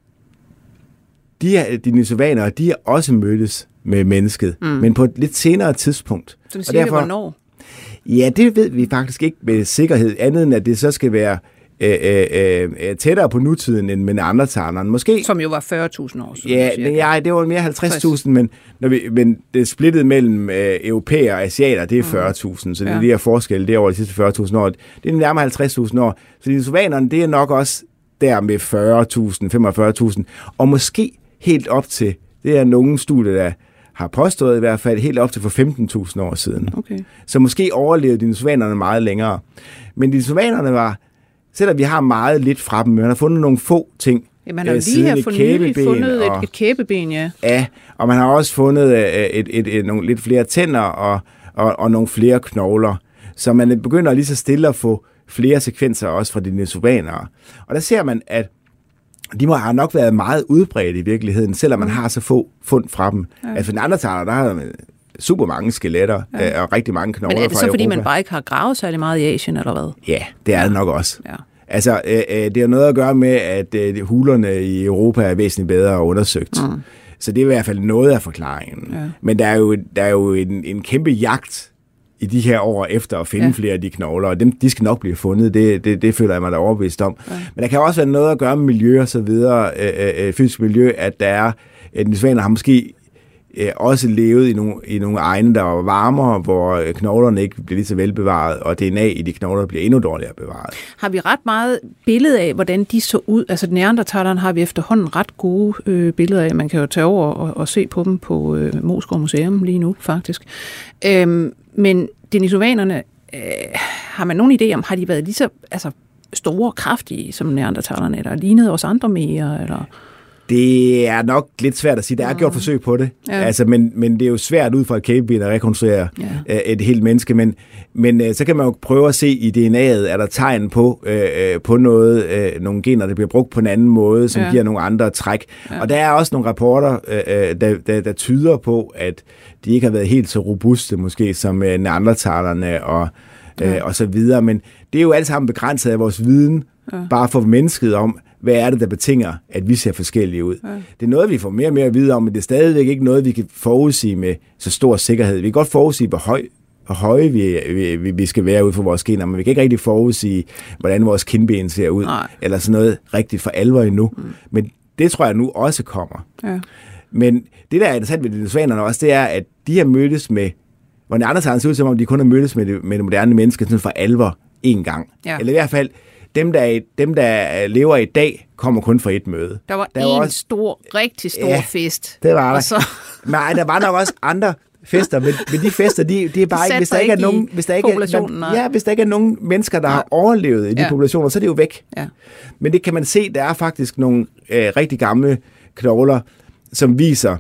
de her denisovanere, de har også mødtes med mennesket, mm. men på et lidt senere tidspunkt. Så det siger og derfor, det hvornår? Ja, det ved vi faktisk ikke med sikkerhed, andet end at det så skal være øh, øh, øh, tættere på nutiden end med neandertalerne. Måske. Som jo var fyrre tusind år siden. Ja, ja, det var mere halvtreds tusind, men, når vi, men det er splittet mellem øh, europæer og asiater, det er fyrre tusind, så det er ja. de her forskelle, det er over de sidste fyrre tusind år. Det er nærmere halvtreds tusind år. Så denisovanerne, det er nok også der med fyrre tusind, femogfyrre tusind, og måske helt op til, det er nogle studier, der har påstået i hvert fald, helt op til for femten tusind år siden. Okay. Så måske overlevede dinosauranerne meget længere. Men dinosauranerne var, selvom vi har meget lidt fra dem, man har fundet nogle få ting. Ja, man har øh, lige her for nylig fundet og, et, et kæbeben, ja. Ja, og man har også fundet et, et, et, et, nogle lidt flere tænder og, og, og nogle flere knogler. Så man begynder lige så stille at få flere sekvenser også fra dinosauranere. Og der ser man, at de må have nok været meget udbredt i virkeligheden, selvom man har så få fund fra dem. Ja. Altså for neandertaler, der har super mange skeletter ja. og rigtig mange knogler fra Europa. Men er det så, fordi man bare ikke har gravet særlig meget i Asien, eller hvad? Ja, det er ja. det nok også. Ja. Altså, øh, det har noget at gøre med, at øh, hulerne i Europa er væsentligt bedre undersøgt. Mm. Så det er i hvert fald noget af forklaringen. Ja. Men der er jo, der er jo en, en kæmpe jagt i de her år efter at finde ja. flere af de knogler, og dem, de skal nok blive fundet. Det, det, det føler jeg mig da overbevist om. Ja. Men der kan også være noget at gøre med miljø og så videre, øh, øh, fysisk miljø, at der er, at dinosauranerne har måske øh, også levet i nogle, i nogle egne, der var varmere, hvor knoglerne ikke bliver lige så velbevaret, og D N A i de knogler bliver endnu dårligere bevaret. Har vi ret meget billede af, hvordan de så ud? Altså neandertalerne har vi efterhånden ret gode øh, billeder af. Man kan jo tage over og, og se på dem på øh, Moesgaard Museum lige nu, faktisk. Øhm, Men denisovanerne, øh, har man nogen idé om, har de været lige så altså, store og kraftige som neandertalerne, eller lignede os andre mere? Eller? Det er nok lidt svært at sige. Der er gjort forsøg på det, ja. altså, men, men det er jo svært ud fra et kæbeben at rekonstruere ja. et helt menneske. Men, men så kan man jo prøve at se i D N A'et, er der tegn på, øh, på noget, øh, nogle gener, der bliver brugt på en anden måde, som ja. giver nogle andre træk. Ja. Og der er også nogle rapporter, øh, der, der, der tyder på, at de ikke har været helt så robuste måske som øh, neandertalerne og, øh, ja. og så videre. Men det er jo alt sammen begrænset af vores viden, ja. bare for mennesket om, hvad er det, der betinger, at vi ser forskellige ud. Ja. Det er noget, vi får mere og mere at vide om, men det er stadigvæk ikke noget, vi kan forudsige med så stor sikkerhed. Vi kan godt forudsige, hvor høj hvor høje vi, vi, vi skal være ud for vores gener, men vi kan ikke rigtig forudsige, hvordan vores kindben ser ud, Nej. eller sådan noget rigtigt for alvor endnu. Mm. Men det tror jeg nu også kommer. Ja. Men det, der er interessant ved dinosaurerne også, det er, at de har mødtes med, hvor neandertalerne ser ud som om, de kun har mødtes med det, med det moderne menneske sådan for alvor én gang. Ja. Eller i hvert fald, dem der, dem, der lever i dag, kommer kun fra et møde. Der var der en var også, stor, rigtig stor ja, fest. det var der. Så... Nej, der var nok også andre fester, men, men de fester, de, de er bare ikke, hvis der ikke er nogen, hvis der ikke er, ja, hvis der ikke er nogen mennesker, der nej. har overlevet i de ja. populationer, så er det jo væk. Ja. Men det kan man se, der er faktisk nogle øh, rigtig gamle knogler, som viser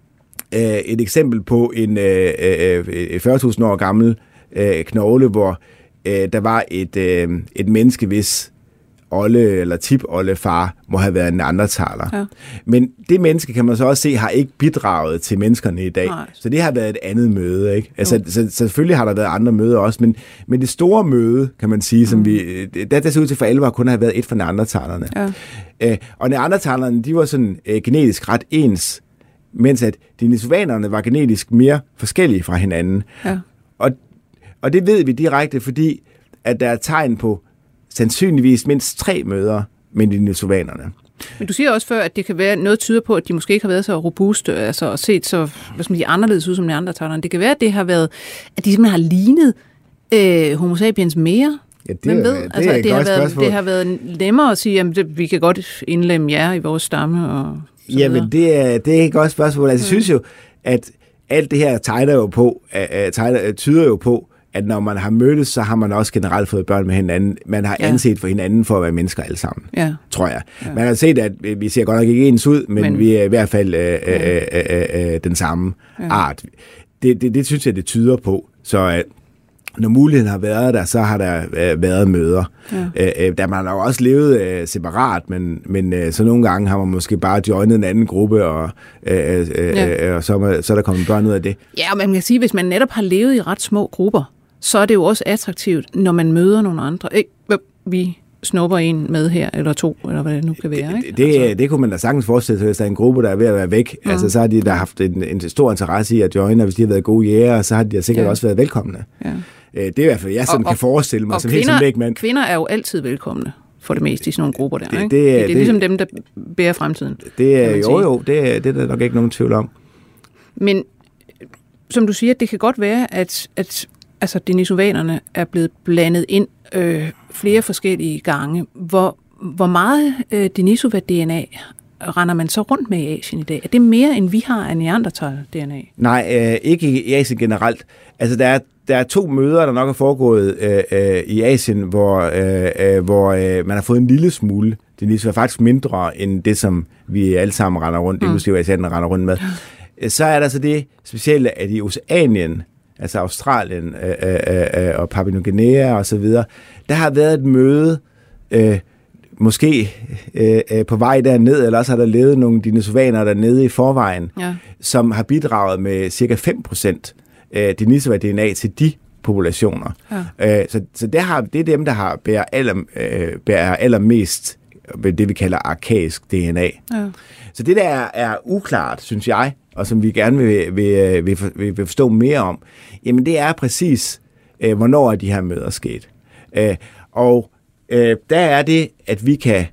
øh, et eksempel på en øh, øh, fyrre tusind år gammel øh, knogle, hvor øh, der var et, øh, et menneske, hvis olde eller tip-oldefar må have været en neandertaler. Ja. Men det menneske, kan man så også se, har ikke bidraget til menneskerne i dag. Nej. Så det har været et andet møde, ikke? Altså, så, så selvfølgelig har der været andre møder også, men, men det store møde, kan man sige, som mm. vi, der, der ser ud til for alvor, kun have været et for neandertalerne. Ja. Øh, og neandertalerne, de var sådan øh, genetisk ret ens, mens at denisovanerne var genetisk mere forskellige fra hinanden. Ja. Og, og det ved vi direkte, fordi at der er tegn på sandsynligvis mindst tre møder med denisovanerne. Men du siger også før, at det kan være noget tyder på, at de måske ikke har været så robuste, altså set så, hvad skal man sige, anderledes ud som neandertalerne. Det kan være, at det har været, at de simpelthen har lignet øh, Homo sapiens mere. Ja, det, ved? Det, altså, det, har været, det har været nemmere at sige, at det, vi kan godt indlemme jer i vores stamme. Og ja, men det er, det er et godt spørgsmål. Altså, jeg synes jo, at alt det her tegner jo på, uh, tegner, tyder jo på, at når man har mødtes, så har man også generelt fået børn med hinanden. Man har ja. anset for hinanden for at være mennesker alle sammen, ja. tror jeg. Ja. Man har set, at vi ser godt nok ikke ens ud, men, men vi er i hvert fald øh, ja. øh, øh, øh, den samme ja. art. Det, det, det synes jeg, det tyder på. Så øh, når muligheden har været der, så har der øh, været møder. Ja. Øh, der man har jo også levet øh, separat, men, men øh, så nogle gange har man måske bare joinet en anden gruppe, og, øh, øh, ja. øh, og så, så er der kommet børn ud af det. Ja, og man kan sige, hvis man netop har levet i ret små grupper, så er det jo også attraktivt, når man møder nogle andre. Ej, vi snupper en med her, eller to, eller hvad det nu kan være. Ikke? Det, det, altså. det kunne man da sagtens forestille sig, hvis der er en gruppe, der er ved at være væk. Mm. Altså, så har de da haft en, en stor interesse i at joine, og hvis de har været gode jæger, så har de sikkert ja. også været velkomne. Ja. Det er i hvert fald, jeg sådan og, kan forestille mig, som kvinder, helt som lægmand. Kvinder er jo altid velkomne, for det meste, i sådan nogle grupper der. Det, ikke? Det, det, det er det, ligesom dem, der bærer fremtiden. Det er jo, jo, det, det er der nok ikke nogen tvivl om. Men, som du siger, det kan godt være, at, at altså, denisovanerne er blevet blandet ind øh, flere forskellige gange. Hvor hvor meget øh, Denisova-D N A render man så rundt med i Asien i dag? Er det mere, end vi har af Neandertal-D N A? Nej, øh, ikke i Asien generelt. Altså, der er, der er to møder, der nok er foregået øh, øh, i Asien, hvor, øh, øh, hvor øh, man har fået en lille smule. Det er faktisk mindre end det, som vi alle sammen render rundt, mm. inklusive asiaterne render rundt med. Ja. Så er der så det specielle, at i Oceanien, altså Australien øh, øh, øh, og Papua Ny Guinea og så videre, der har været et møde, øh, måske øh, på vej derned, eller også har der levet nogle denisovaner dernede i forvejen, ja. som har bidraget med cirka fem procent øh, Denisova-D N A til de populationer. Ja. Øh, så så det, har, det er dem, der har bærer, aller, øh, bærer allermest det, vi kalder arkaisk D N A. Ja. Så det, der er, er uklart, synes jeg, og som vi gerne vil, vil, vil, vil, vil forstå mere om, jamen det er præcis, øh, hvornår er de her møder sket. Øh, og øh, der er det, at vi kan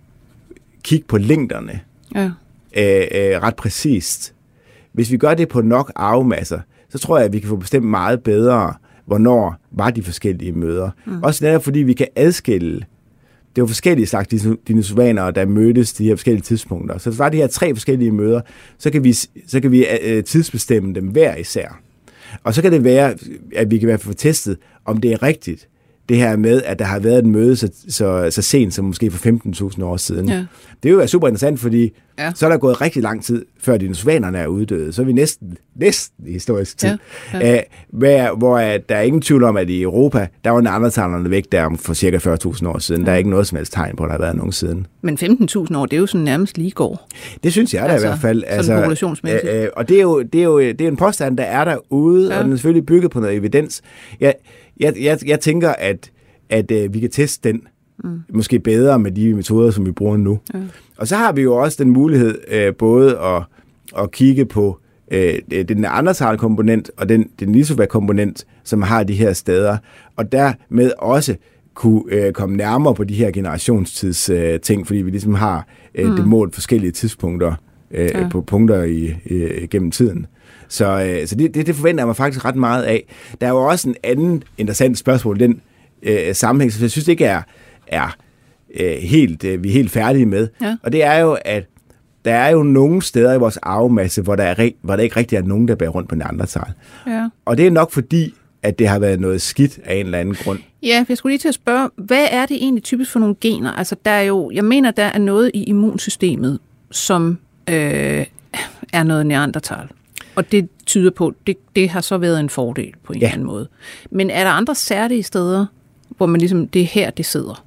kigge på længderne ja. øh, øh, ret præcist. Hvis vi gør det på nok arvemasser, så tror jeg, at vi kan få bestemt meget bedre, hvornår var de forskellige møder. Mm. Også netop fordi vi kan adskille. Det var forskellige slags dinosaurer, der mødtes de her forskellige tidspunkter. Så hvis der var de her tre forskellige møder, så kan vi, så kan vi uh, tidsbestemme dem hver især. Og så kan det være, at vi kan være for testet, om det er rigtigt, det her med, at der har været et møde så, så, så sent som måske for femten tusind år siden. Ja. Det er jo super interessant, fordi ja. så er der gået rigtig lang tid, før dinosaurerne er uddøde. Så er vi næsten, næsten i historisk tid. Ja. Ja. Æh, hvor, hvor der er ingen tvivl om, at i Europa, der var neandertalerne væk der for cirka fyrre tusind år siden. Ja. Der er ikke noget som helst tegn på, at der har været nogen siden. Men femten tusind år, det er jo sådan nærmest lige går. Det synes jeg da altså, i hvert fald. Altså, sådan populationsmæssigt. Øh, og det er, jo, det, er jo, det er en påstand, der er derude, ja. og den er selvfølgelig bygget på noget evidens. Jeg, jeg, jeg, jeg tænker, at at øh, vi kan teste den mm. måske bedre med de metoder, som vi bruger nu. Ja. Og så har vi jo også den mulighed øh, både at, at kigge på øh, den Neandertal-komponent og den Denisova-komponent, som har de her steder, og dermed også kunne øh, komme nærmere på de her generationstids øh, ting, fordi vi ligesom har øh, mm. det målt forskellige tidspunkter øh, ja. på punkter i, øh, gennem tiden. Så, øh, så det, det, det forventer jeg mig faktisk ret meget af. Der er jo også en anden interessant spørgsmål, den Øh, sammenhæng, så jeg synes ikke er, er øh, helt, øh, vi er helt færdige med. Ja. Og det er jo, at der er jo nogle steder i vores arvemasse, hvor der, er, hvor der ikke rigtig er nogen, der bærer rundt på Neandertal. Ja. Og det er nok fordi, at det har været noget skidt af en eller anden grund. Ja, jeg skulle lige til at spørge, hvad er det egentlig typisk for nogle gener? Altså, der er jo, jeg mener, der er noget i immunsystemet, som øh, er noget Neandertal. Og det tyder på, det, det har så været en fordel på en ja. eller anden måde. Men er der andre særlige steder, hvor man ligesom, det er her, det sidder?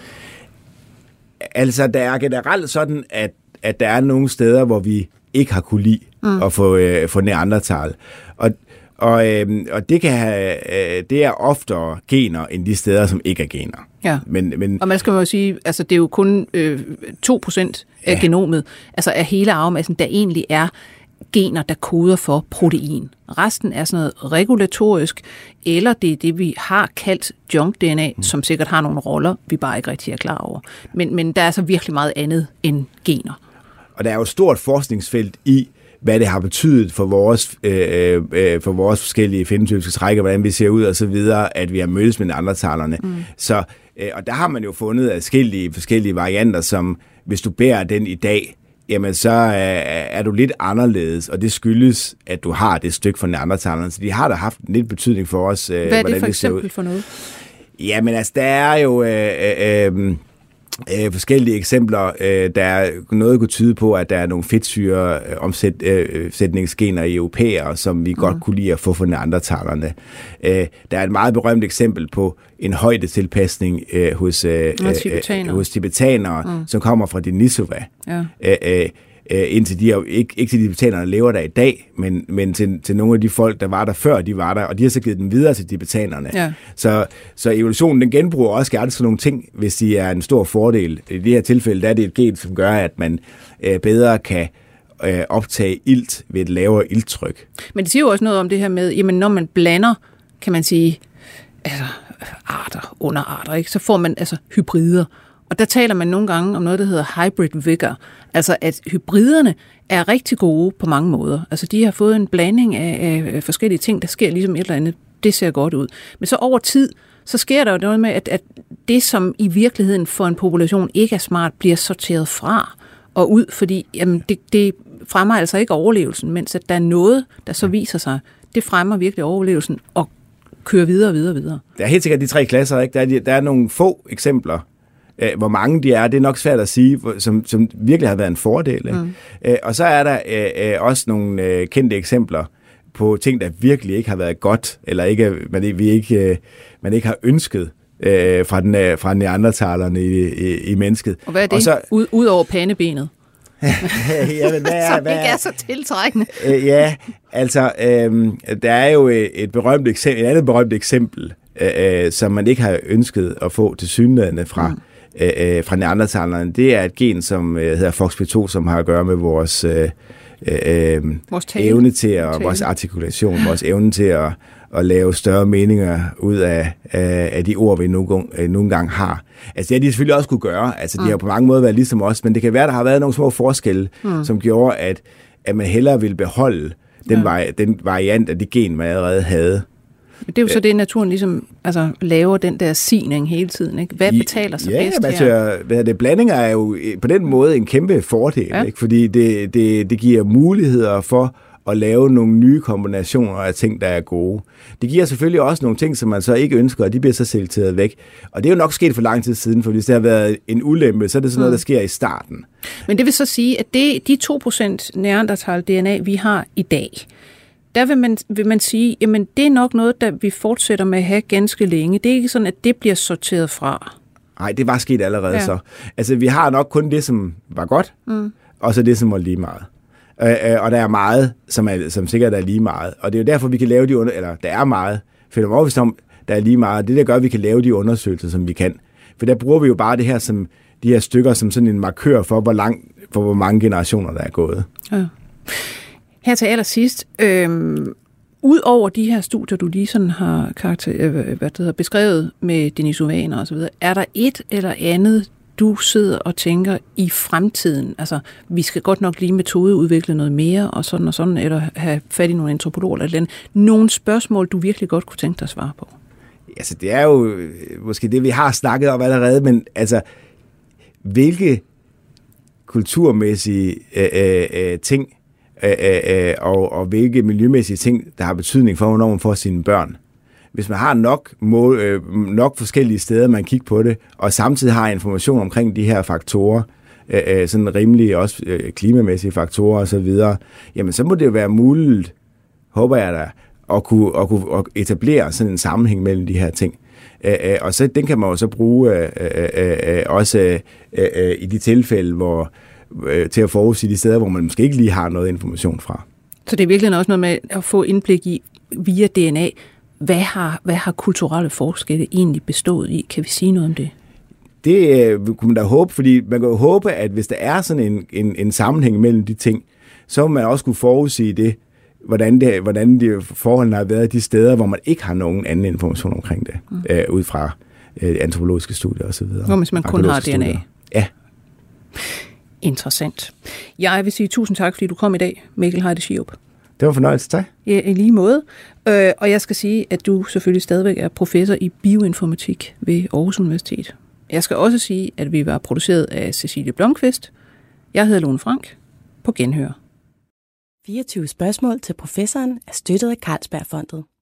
Altså, der er generelt sådan, at, at der er nogle steder, hvor vi ikke har kunne lide mm. at få, øh, få Neandertal. Og, og, øh, og det, kan have, øh, det er oftere gener, end de steder, som ikke er gener. Ja. Men, men, og man skal jo sige, altså det er jo kun øh, to procent af ja. genomet, altså af hele arvemassen, der egentlig er gener, der koder for protein. Resten er sådan noget regulatorisk, eller det er det, vi har kaldt junk D N A, mm. som sikkert har nogle roller, vi bare ikke rigtig er klar over. Men, men der er så virkelig meget andet end gener. Og der er jo et stort forskningsfelt i, hvad det har betydet for vores, øh, øh, for vores forskellige fænotypiske træk, hvordan vi ser ud og så videre, at vi har mødtes med neandertalerne. Mm. Så, øh, og der har man jo fundet adskillige forskellige varianter, som hvis du bærer den i dag, jamen så er, er du lidt anderledes, og det skyldes, at du har det stykke fra neandertalerne. Så de har da haft en lidt betydning for os. Hvad er det for eksempel for noget? Jamen altså, der er jo øh, øh, øh, forskellige eksempler. Øh, der er noget, der kunne tyde på, at der er nogle fedtsyreomsætningsgener i europæer, som vi mm. godt kunne lide at få fra neandertalerne. Øh, der er et meget berømt eksempel på en højdetilpasning øh, hos, øh, tibetanere. øh, hos tibetanere, mm. som kommer fra Denisova. Ja. Øh, øh, indtil de, ikke, ikke til de tibetanerne lever der i dag, men, men til, til nogle af de folk, der var der før, de var der, og de har så givet dem videre til tibetanerne. Ja. Så, så evolutionen, den genbruger også gerne sådan nogle ting, hvis de er en stor fordel. I det her tilfælde, der er det et gen, som gør, at man øh, bedre kan øh, optage ilt ved et lavere ilttryk. Men det siger jo også noget om det her med, jamen når man blander, kan man sige, altså arter, underarter, ikke? Så får man altså hybrider. Og der taler man nogle gange om noget, der hedder hybrid vigor. Altså at hybriderne er rigtig gode på mange måder. Altså de har fået en blanding af, af forskellige ting, der sker ligesom et eller andet. Det ser godt ud. Men så over tid, så sker der jo noget med, at, at det, som i virkeligheden for en population ikke er smart, bliver sorteret fra og ud, fordi jamen, det, det fremmer altså ikke overlevelsen, mens at der er noget, der så viser sig, det fremmer virkelig overlevelsen og kører videre og videre og videre. Der er helt sikkert de tre klasser, ikke? Der er, de, der er nogle få eksempler. Øh, hvor mange de er, det er nok svært at sige, som, som virkelig har været en fordel. Ikke? Mm. Øh, og så er der øh, også nogle øh, kendte eksempler på ting, der virkelig ikke har været godt, eller ikke, man, vi ikke, øh, man ikke har ønsket øh, fra, den, øh, fra neandertalerne i, i, i mennesket. Og hvad er det? Og så, Ud, ud over pandebenet? ja, men hvad er, som hvad ikke er så tiltrækkende. øh, ja, altså, øh, der er jo et, berømt eksempel, et andet berømt eksempel, øh, som man ikke har ønsket at få til synlædende fra mm. Øh, fra neandertalerne. Det er et gen, som øh, hedder F O X P to, som har at gøre med vores, øh, øh, vores evne til at, tale. vores artikulation, vores evne til at, at lave større meninger ud af, af, af de ord, vi nogle, nogle gange har. Altså det har de selvfølgelig også kunne gøre. Altså de mm. har på mange måder været ligesom os, men det kan være, der har været nogle små forskelle, mm. som gjorde, at, at man hellere ville beholde den, ja. vari, den variant af det gen, man allerede havde. Det er jo så det, naturen ligesom altså, laver den der signing hele tiden. Ikke? Hvad betaler sig ja, bedst altså, her? Hvad det, blandinger er jo på den måde en kæmpe fordel, ja. ikke? Fordi det, det, det giver muligheder for at lave nogle nye kombinationer af ting, der er gode. Det giver selvfølgelig også nogle ting, som man så ikke ønsker, og de bliver så selekteret væk. Og det er jo nok sket for lang tid siden, for hvis det har været en ulempe, så er det sådan noget, der sker i starten. Men det vil så sige, at det, de to procent Neandertal-D N A, vi har i dag, der vil man, vil man sige, jamen det er nok noget, der vi fortsætter med at have ganske længe. Det er ikke sådan, at det bliver sorteret fra. Nej, det var sket allerede ja. så. Altså, vi har nok kun det, som var godt, mm. og så det, som var lige meget. Øh, og der er meget, som, er, som sikkert er lige meget. Og det er jo derfor, vi kan lave de under... Eller, der er meget. For det er overbevist om, der er lige meget. Det, der gør, at vi kan lave de undersøgelser, som vi kan. For der bruger vi jo bare det her som, de her stykker som sådan en markør for, hvor, lang, for hvor mange generationer, der er gået. Ja. Her til allersidst, øh, ud over de her studier, du lige sådan har karakter, øh, hvad det hedder, beskrevet med denisovaner og så videre, er der et eller andet, du sidder og tænker i fremtiden? Altså, vi skal godt nok lige metodeudvikle noget mere, og sådan og sådan, eller have fat i nogle antropologer eller andet. Nogle spørgsmål, du virkelig godt kunne tænke dig at svare på? Altså, det er jo måske det, vi har snakket om allerede, men altså, hvilke kulturmæssige øh, øh, ting, Øh, øh, og, og hvilke miljømæssige ting, der har betydning for, hvornår man får sine børn. Hvis man har nok, mål, øh, nok forskellige steder, man kigger på det, og samtidig har information omkring de her faktorer, øh, sådan rimelige også øh, klimamæssige faktorer osv., jamen så må det jo være muligt, håber jeg da, at kunne, at kunne at etablere sådan en sammenhæng mellem de her ting. Øh, øh, og så den kan man jo så bruge øh, øh, øh, også øh, øh, i de tilfælde, hvor til at forudsige de steder, hvor man måske ikke lige har noget information fra. Så det er virkelig også noget med at få indblik i via D N A, hvad har, hvad har kulturelle forskelle egentlig bestået i? Kan vi sige noget om det? Det øh, kunne man da håbe, fordi man kan jo håbe, at hvis der er sådan en, en, en sammenhæng mellem de ting, så må man også kunne forudsige det, hvordan, det, hvordan de forholdene har været de steder, hvor man ikke har nogen anden information omkring det, mm. øh, ud fra øh, antropologiske studier osv. Hvor hvis man kun har D N A? Ja. Interessant. Jeg vil sige tusind tak, fordi du kom i dag, Mikkel Heide Schiop. Det var fornøjelse, tak. Ja, i lige måde. Øh, og jeg skal sige, at du selvfølgelig stadigvæk er professor i bioinformatik ved Aarhus Universitet. Jeg skal også sige, at vi var produceret af Cecilie Blomqvist. Jeg hedder Lone Frank. På genhør. fireogtyve spørgsmål til professoren er støttet af Carlsbergfondet.